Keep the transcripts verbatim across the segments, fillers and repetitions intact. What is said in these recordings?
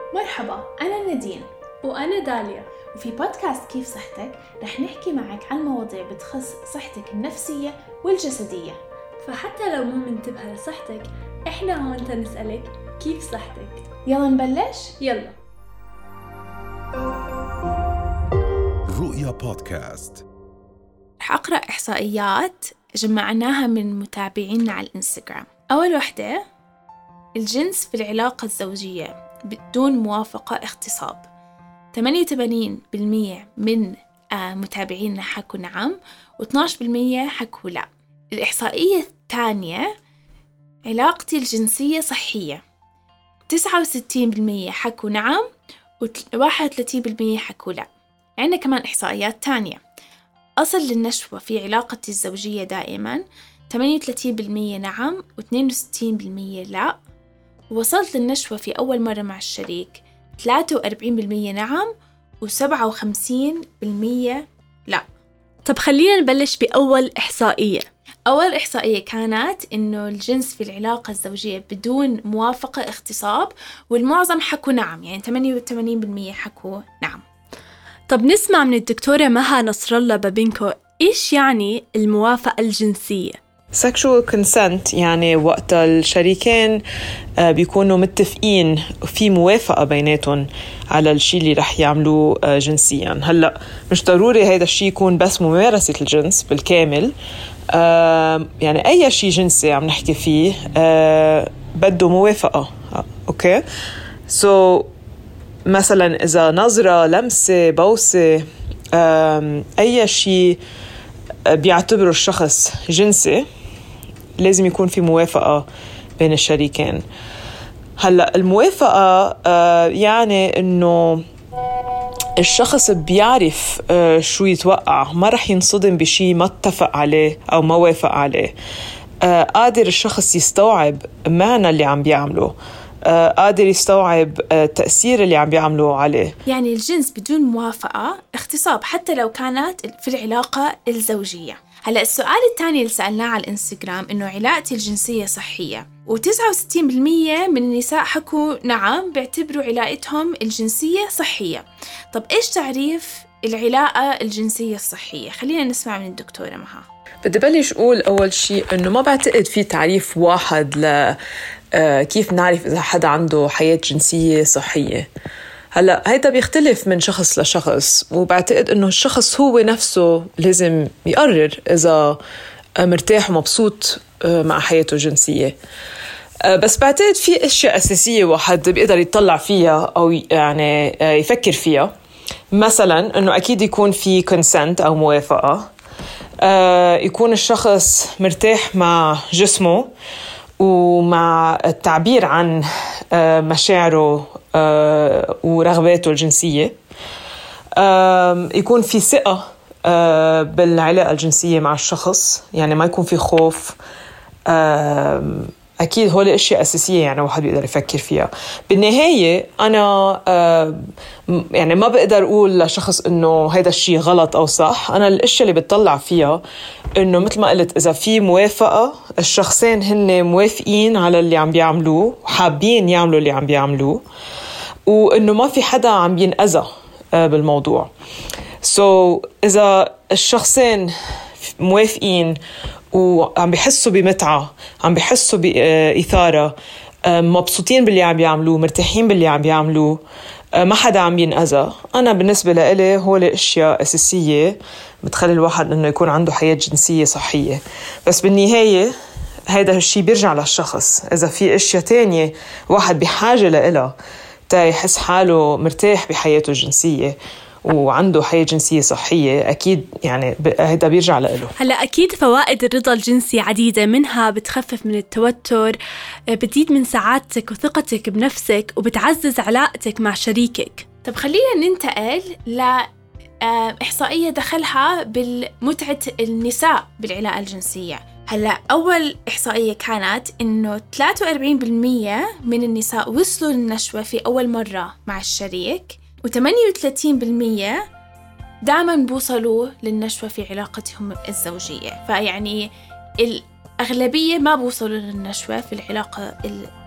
مرحبا، أنا نادين وأنا داليا، وفي بودكاست كيف صحتك رح نحكي معك عن مواضيع بتخص صحتك النفسية والجسدية. فحتى لو مو منتبهة لصحتك إحنا هون تنسألك كيف صحتك. يلا نبلش؟ يلا. رؤيا بودكاست. رح أقرأ إحصائيات جمعناها من متابعينا على الإنستغرام. أول وحدة، الجنس في العلاقة الزوجية بدون موافقة اغتصاب. ثمانية وثمانين بالمية من متابعينا حكوا نعم، واثني عشر بالمية حكوا لا. الإحصائية الثانية، علاقتي الجنسية صحية. تسعة وستين بالمية حكوا نعم، وواحد وثلاثين بالمية حكوا لا. عندنا كمان إحصائيات تانية، أصل للنشوة في علاقتي الزوجية دائما. ثمانية وثلاثين بالمية نعم، واثنين وستين بالمية لا. وصلت للنشوة في أول مرة مع الشريك، ثلاثة وأربعين بالمية نعم، وسبعة وخمسين بالمية لا. طب خلينا نبلش بأول إحصائية. أول إحصائية كانت إنه الجنس في العلاقة الزوجية بدون موافقة اغتصاب، والمعظم حكوا نعم، يعني ثمانية وثمانين بالمية حكوا نعم. طب نسمع من الدكتورة مها نصر الله بابينكو، إيش يعني الموافقة الجنسية؟ sexual consent يعني وقت الشريكين بيكونوا متفقين في موافقة بيناتهم على الشيء اللي رح يعملوه جنسيا. هلأ مش ضروري هيدا الشيء يكون بس ممارسة الجنس بالكامل، يعني أي شيء جنسي عم نحكي فيه بده موافقة. أوكي so مثلا إذا نظرة، لمسة، بوسة، أي شيء بيعتبره الشخص جنسي لازم يكون في موافقة بين الشريكين. هلأ الموافقة يعني إنه الشخص بيعرف شو يتوقع، ما رح ينصدم بشي ما اتفق عليه أو ما وافق عليه. قادر الشخص يستوعب معنى اللي عم بيعمله، قادر يستوعب التأثير اللي عم بيعملوا عليه. يعني الجنس بدون موافقة اغتصاب حتى لو كانت في العلاقة الزوجية. هلأ السؤال الثاني اللي سألناه على الإنستغرام إنه علاقتي الجنسية صحية، وتسعة وستين بالمية من النساء حكوا نعم، بيعتبروا علاقتهم الجنسية صحية. طب إيش تعريف العلاقة الجنسية الصحية؟ خلينا نسمع من الدكتورة مها. بدي بلش أقول أول شيء إنه ما بعتقد في تعريف واحد ل كيف نعرف إذا حدا عنده حياة جنسية صحية. هلأ هيدا بيختلف من شخص لشخص، وبعتقد إنه الشخص هو نفسه لازم يقرر إذا مرتاح ومبسوط مع حياته الجنسية. بس بعتقد في أشياء أساسية واحد بيقدر يطلع فيها أو يعني يفكر فيها. مثلا إنه أكيد يكون في consent أو موافقة، يكون الشخص مرتاح مع جسمه ومع التعبير عن مشاعره ورغباته الجنسية، يكون في ثقة بالعلاقة الجنسية مع الشخص، يعني ما يكون في خوف. أكيد هول أشياء أساسية يعني واحد بيقدر يفكر فيها. بالنهاية أنا يعني ما بقدر أقول لشخص إنه هيدا الشيء غلط أو صح. أنا الأشياء اللي بتطلع فيها إنه مثل ما قلت، إذا في موافقة، الشخصين هن موافقين على اللي عم بيعملوه وحابين يعملوا اللي عم بيعملوه، وإنه ما في حدا عم ينأذى بالموضوع. so إذا الشخصين موافقين وعم بيحسوا بمتعة، عم بيحسوا بإثارة، مبسوطين باللي عم بيعملوه، مرتاحين باللي عم بيعملوه، ما حدا عم ينأذى، أنا بالنسبة لإلي هول أشياء أساسية بتخلي الواحد إنه يكون عنده حياة جنسية صحية. بس بالنهاية هيدا الشيء بيرجع للشخص. إذا في أشياء تانية واحد بحاجة لإلها تا يحس حاله مرتاح بحياته الجنسية وعنده حياة جنسية صحية، أكيد يعني هذا بيرجع له. هلأ أكيد فوائد الرضا الجنسي عديدة، منها بتخفف من التوتر، بتزيد من سعادتك وثقتك بنفسك، وبتعزز علاقتك مع شريكك. طب خلينا ننتقل لإحصائية دخلها بالمتعة النساء بالعلاقة الجنسية. هلأ أول إحصائية كانت إنه ثلاثة وأربعين بالمية من النساء وصلوا للنشوة في أول مرة مع الشريك، وثمانية وثلاثين بالمية دائما بوصلوا للنشوة في علاقتهم الزوجية. فيعني الأغلبية ما بوصلوا للنشوة في العلاقة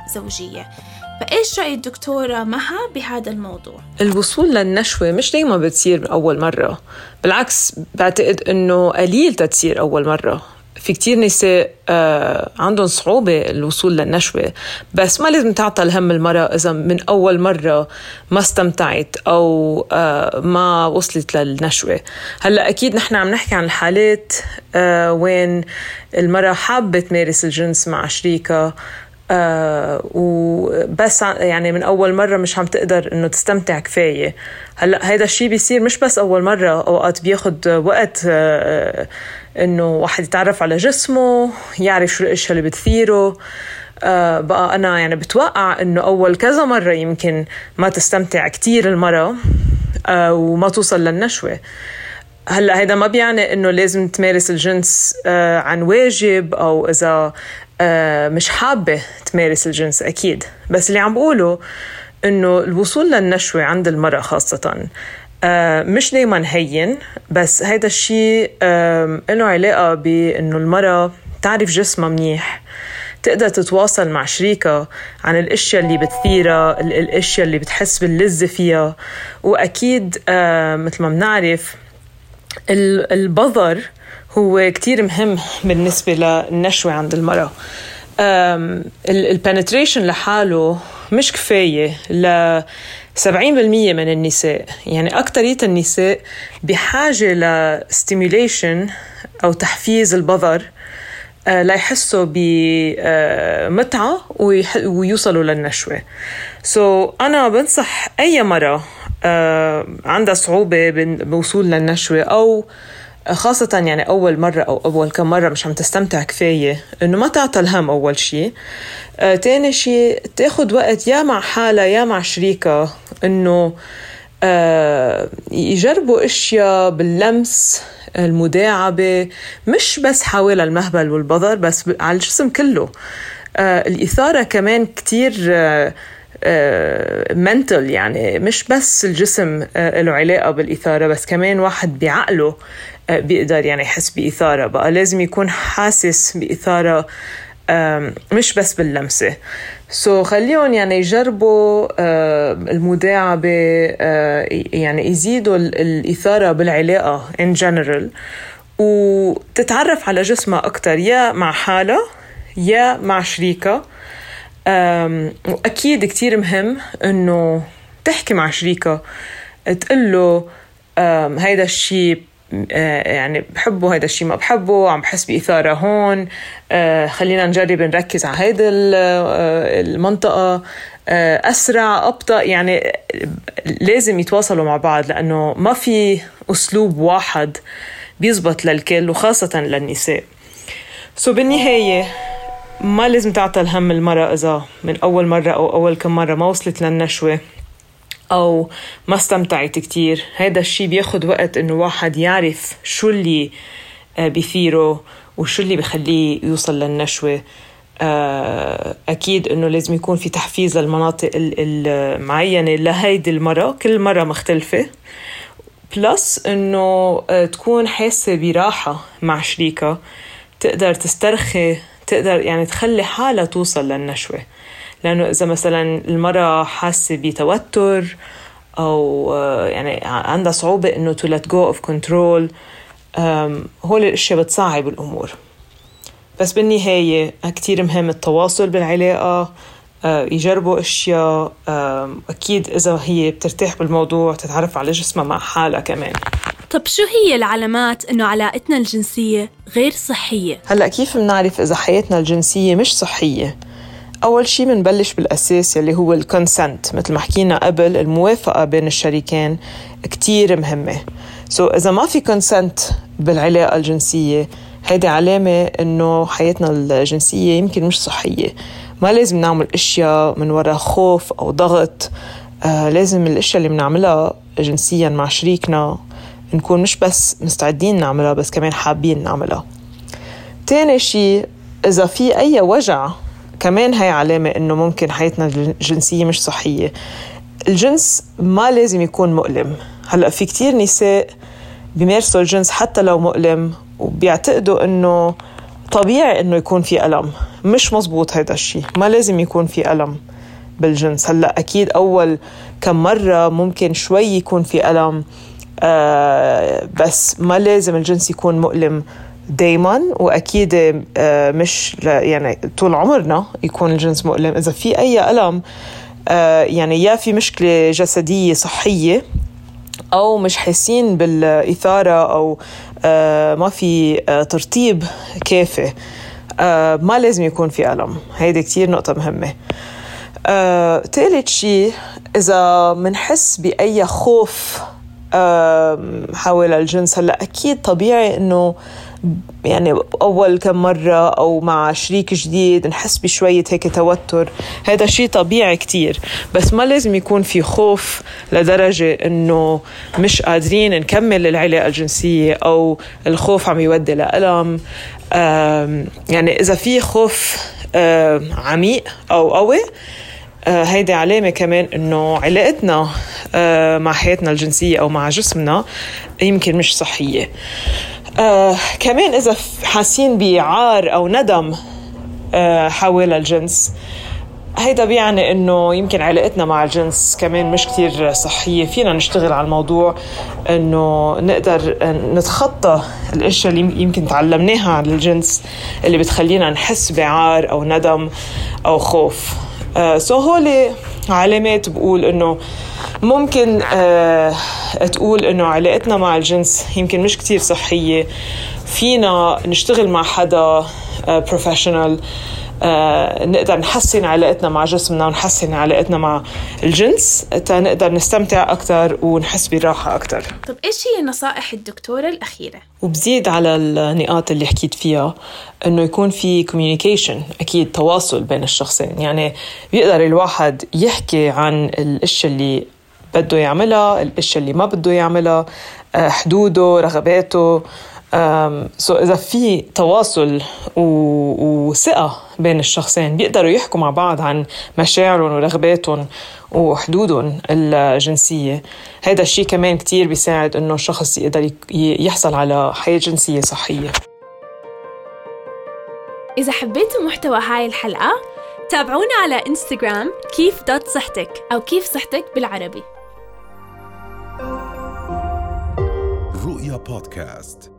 زوجية. فإيش رأي الدكتورة مها بهذا الموضوع؟ الوصول للنشوة مش دايما بتصير أول مرة، بالعكس بعتقد أنه قليل تتصير أول مرة. في كتير نساء آه عندهم صعوبة الوصول للنشوة، بس ما لازم تعطى الهم المرأة إذا من أول مرة ما استمتعت أو آه ما وصلت للنشوة. هلأ أكيد نحن عم نحكي عن الحالات آه وين المرأة حابة تمارس الجنس مع شريكة آه وبس يعني من أول مرة مش عم تقدر إنه تستمتع كفاية. هلأ هيدا الشيء بيصير مش بس أول مرة، أوقات بياخد وقت آه إنه واحد يتعرف على جسمه، يعرف شو الأشياء اللي بتثيره. آه بقى أنا يعني بتوقع إنه أول كذا مرة يمكن ما تستمتع كتير المرة آه وما توصل للنشوة. هلأ هيدا ما بيعني إنه لازم تمارس الجنس آه عن واجب أو إذا آه مش حابة تمارس الجنس، أكيد. بس اللي عم بقوله إنه الوصول للنشوة عند المرأة خاصة آه مش دايما هين، بس هيدا الشيء آه إنه علاقة بإنه المرأة تعرف جسمها منيح، تقدر تتواصل مع شريكة عن الاشياء اللي بتثيرها، الاشياء اللي بتحس باللذة فيها. وأكيد آه مثل ما بنعرف البظر هو كتير مهم بالنسبة للنشوة عند المرأة. البنتريشن لحاله مش كفاية ل سبعين بالمية من النساء، يعني أكترية النساء بحاجة لستيميوليشن أو تحفيز البظر لا يحسوا بمتعة ويوصلوا للنشوة. سو so أنا بنصح أي مرة عندها صعوبة بوصول للنشوة أو خاصة يعني أول مرة أو أول كم مرة مش عم تستمتع كفاية، إنه ما تعطى الهم أول شيء. آه، تاني شيء تاخد وقت يا مع حالة يا مع شريكة إنه آه، يجربوا أشياء باللمس، المداعبة، مش بس حول المهبل والبظر بس على الجسم كله. آه، الإثارة كمان كتير آه، منتل، يعني مش بس الجسم له علاقة بالإثارة، بس كمان واحد بعقله بيقدر يعني يحس بإثارة. بقى لازم يكون حاسس بإثارة مش بس باللمسة. سو so خليهم يعني يجربوا المداعبة، يعني يزيدوا الإثارة بالعلاقة in general، وتتعرف على جسمها أكتر يا مع حالة يا مع شريكة. وأكيد كتير مهم إنه تحكي مع شريكة، تقله هيدا الشيء يعني بحبه، هيدا الشيء ما بحبه، عم بحس بإثارة هون، خلينا نجرب نركز على هيدا المنطقة، أسرع أبطأ. يعني لازم يتواصلوا مع بعض، لأنه ما في أسلوب واحد بيزبط للكل وخاصة للنساء. سو بالنهاية ما لازم تعطى الهم المرأة إذا من أول مرة أو أول كم مرة ما وصلت للنشوة أو ما استمتعت كتير. هذا الشيء بياخد وقت إنه واحد يعرف شو اللي بيثيره وشو اللي بيخليه يوصل للنشوة. أكيد إنه لازم يكون في تحفيز للمناطق المعينة لهيدي المرة، كل مرة مختلفة، بلس إنه تكون حاسة براحة مع شريكة، تقدر تسترخي، تقدر يعني تخلي حالة توصل للنشوة. لأنه إذا مثلا المرأة حاسة بتوتر أو يعني عندها صعوبة إنه to let go of control، هول الأشياء بتصعب الأمور. بس بالنهاية كتير مهم التواصل بالعلاقة، يجربوا أشياء، أكيد إذا هي بترتاح بالموضوع تتعرف على جسمها مع حالها كمان. طب شو هي العلامات إنه علاقتنا الجنسية غير صحية؟ هلأ كيف بنعرف إذا حياتنا الجنسية مش صحية؟ أول شيء بنبلش بالأساس اللي هو الكونسنت، مثل ما حكينا قبل، الموافقة بين الشريكين كتير مهمة. سو so, إذا ما في كونسنت بالعلاقة الجنسية، هيدي علامة إنه حياتنا الجنسية يمكن مش صحية. ما لازم نعمل أشياء من وراء خوف أو ضغط. آه لازم الأشياء اللي بنعملها جنسيا مع شريكنا نكون مش بس مستعدين نعملها بس كمان حابين نعملها. تاني شيء، إذا في أي وجع كمان هاي علامة إنه ممكن حياتنا الجنسية مش صحية. الجنس ما لازم يكون مؤلم. هلأ في كتير نساء بيمارسوا الجنس حتى لو مؤلم وبيعتقدوا إنه طبيعي إنه يكون في ألم، مش مزبوط هيدا الشيء. ما لازم يكون في ألم بالجنس. هلأ أكيد أول كم مرة ممكن شوي يكون في ألم، آه بس ما لازم الجنس يكون مؤلم دايما، وأكيد آه مش يعني طول عمرنا يكون الجنس مؤلم. إذا في أي ألم آه يعني يا في مشكلة جسدية صحية، أو مش حاسين بالإثارة، أو آه ما في آه ترطيب كافي، آه ما لازم يكون في ألم. هيدي كتير نقطة مهمة. آه، ثالث شيء، إذا منحس بأي خوف آه، حول الجنس، هلأ أكيد طبيعي إنه يعني أول كم مرة أو مع شريك جديد نحس بشوية هيك توتر. هذا شيء طبيعي كتير، بس ما لازم يكون في خوف لدرجة إنه مش قادرين نكمل العلاقة الجنسية، أو الخوف عم يودي لألم. آه، يعني إذا في خوف آه، عميق أو قوي، آه هيدي علامة كمان إنه علاقتنا آه مع حياتنا الجنسية أو مع جسمنا يمكن مش صحية. آه كمان إذا حاسين بعار أو ندم آه حول الجنس، هيدا بيعني إنه يمكن علاقتنا مع الجنس كمان مش كتير صحية. فينا نشتغل على الموضوع إنه نقدر نتخطى الأشياء اللي يمكن تعلمناها عن الجنس اللي بتخلينا نحس بعار أو ندم أو خوف. آه سو هولي علامات بقول إنه ممكن آه تقول إنه علاقتنا مع الجنس يمكن مش كتير صحية. فينا نشتغل مع حدا آه بروفيشنال، آه نقدر نحسن علاقتنا مع جسمنا ونحسن علاقتنا مع الجنس، تا نقدر نستمتع أكتر ونحس براحة أكتر. طب إيش هي نصائح الدكتورة الأخيرة؟ وبزيد على النقاط اللي حكيت فيها، إنه يكون في communication، أكيد تواصل بين الشخصين. يعني بيقدر الواحد يحكي عن الأشياء اللي بده يعملها، الأشياء اللي ما بده يعملها، حدوده، رغباته. سو إذا في تواصل وثقة بين الشخصين، بيقدروا يحكوا مع بعض عن مشاعرهم ورغباتهم وحدودهم الجنسية. هذا الشيء كمان كتير بيساعد إنه الشخص يقدر يحصل على حياة جنسية صحية. إذا حبيتوا محتوى هاي الحلقة، تابعونا على إنستغرام كيف دوت صحتك أو كيف صحتك بالعربي. رؤيا بودكاست.